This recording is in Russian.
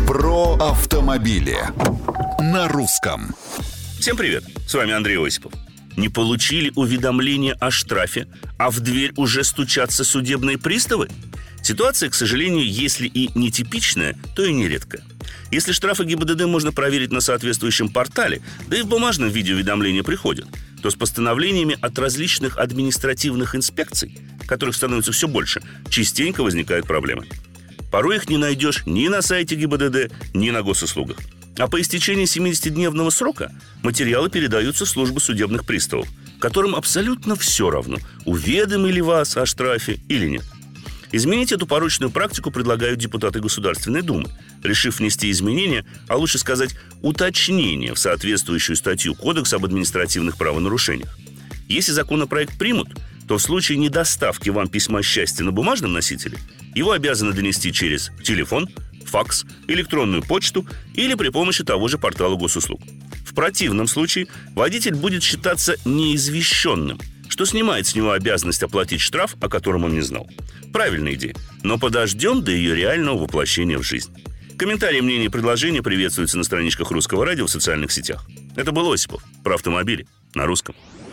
Про автомобили на русском. Всем привет, с вами Андрей Осипов. Не получили уведомление о штрафе, а в дверь уже стучатся судебные приставы? Ситуация, к сожалению, если и нетипичная, то и нередкая. Если штрафы ГИБДД можно проверить на соответствующем портале, да и в бумажном виде уведомления приходят, то с постановлениями от различных административных инспекций, которых становится все больше, частенько возникают проблемы. Порой их не найдешь ни на сайте ГИБДД, ни на госуслугах. А по истечении 70-дневного срока материалы передаются в службу судебных приставов, которым абсолютно все равно, уведомили вас о штрафе или нет. Изменить эту порочную практику предлагают депутаты Государственной Думы, решив внести изменения, а лучше сказать, уточнения в соответствующую статью Кодекса об административных правонарушениях. Если законопроект примут, то в случае недоставки вам письма счастья на бумажном носителе его обязаны донести через телефон, факс, электронную почту или при помощи того же портала госуслуг. В противном случае водитель будет считаться неизвещенным, что снимает с него обязанность оплатить штраф, о котором он не знал. Правильная идея, но подождем до ее реального воплощения в жизнь. Комментарии, мнения и предложения приветствуются на страничках Русского радио в социальных сетях. Это был Осипов про автомобили на русском.